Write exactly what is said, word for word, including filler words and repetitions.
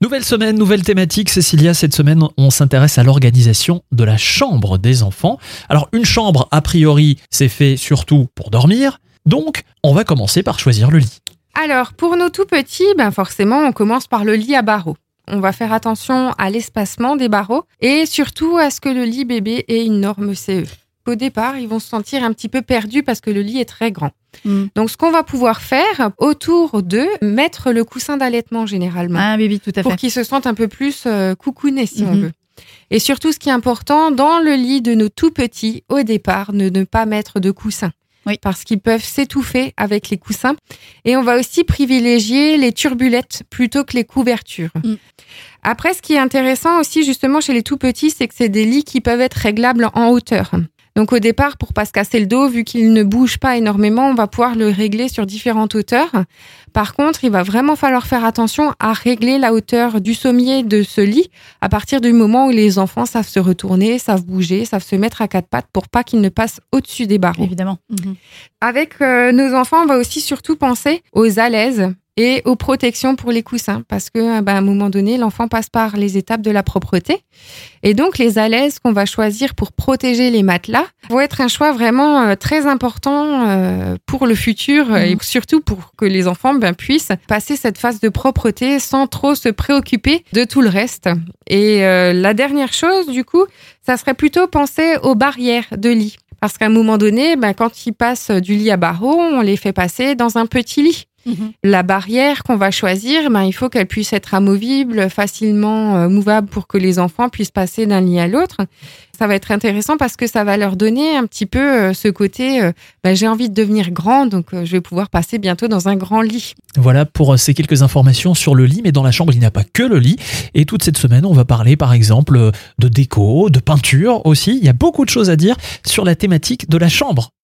Nouvelle semaine, nouvelle thématique. Cécilia, cette semaine, on s'intéresse à l'organisation de la chambre des enfants. Alors, une chambre, a priori, c'est fait surtout pour dormir. Donc, on va commencer par choisir le lit. Alors, pour nos tout petits, ben forcément, on commence par le lit à barreaux. On va faire attention à l'espacement des barreaux et surtout à ce que le lit bébé ait une norme C E. Au départ, ils vont se sentir un petit peu perdus parce que le lit est très grand. Mmh. Donc, ce qu'on va pouvoir faire, autour d'eux, mettre le coussin d'allaitement généralement. Ah oui, oui, tout à fait. Pour qu'ils se sentent un peu plus euh, coucounés, si mmh. on veut. Et surtout, ce qui est important, dans le lit de nos tout petits, au départ, ne, ne pas mettre de coussin. Oui. Parce qu'ils peuvent s'étouffer avec les coussins. Et on va aussi privilégier les turbulettes plutôt que les couvertures. Mm. Après, ce qui est intéressant aussi, justement, chez les tout petits, c'est que c'est des lits qui peuvent être réglables en hauteur. Donc, au départ, pour pas se casser le dos, vu qu'il ne bouge pas énormément, on va pouvoir le régler sur différentes hauteurs. Par contre, il va vraiment falloir faire attention à régler la hauteur du sommier de ce lit à partir du moment où les enfants savent se retourner, savent bouger, savent se mettre à quatre pattes pour pas qu'ils ne passent au-dessus des barreaux. Évidemment. Mmh. Avec euh, nos enfants, on va aussi surtout penser aux alaises et aux protections pour les coussins, parce que ben, à un moment donné, l'enfant passe par les étapes de la propreté. Et donc, les alaises qu'on va choisir pour protéger les matelas vont être un choix vraiment euh, très important euh, pour le futur mmh. et surtout pour que les enfants ben, puissent passer cette phase de propreté sans trop se préoccuper de tout le reste. Et euh, la dernière chose, du coup, ça serait plutôt penser aux barrières de lit. Parce qu'à un moment donné, ben, quand ils passent du lit à barreaux, on les fait passer dans un petit lit. Mmh. La barrière qu'on va choisir, ben, il faut qu'elle puisse être amovible, facilement euh, mouvable pour que les enfants puissent passer d'un lit à l'autre. Ça va être intéressant parce que ça va leur donner un petit peu euh, ce côté euh, ben, j'ai envie de devenir grand, donc euh, je vais pouvoir passer bientôt dans un grand lit. Voilà pour ces quelques informations sur le lit, mais dans la chambre, il n'y a pas que le lit. Et toute cette semaine, on va parler par exemple de déco, de peinture aussi. Il y a beaucoup de choses à dire sur la thématique de la chambre.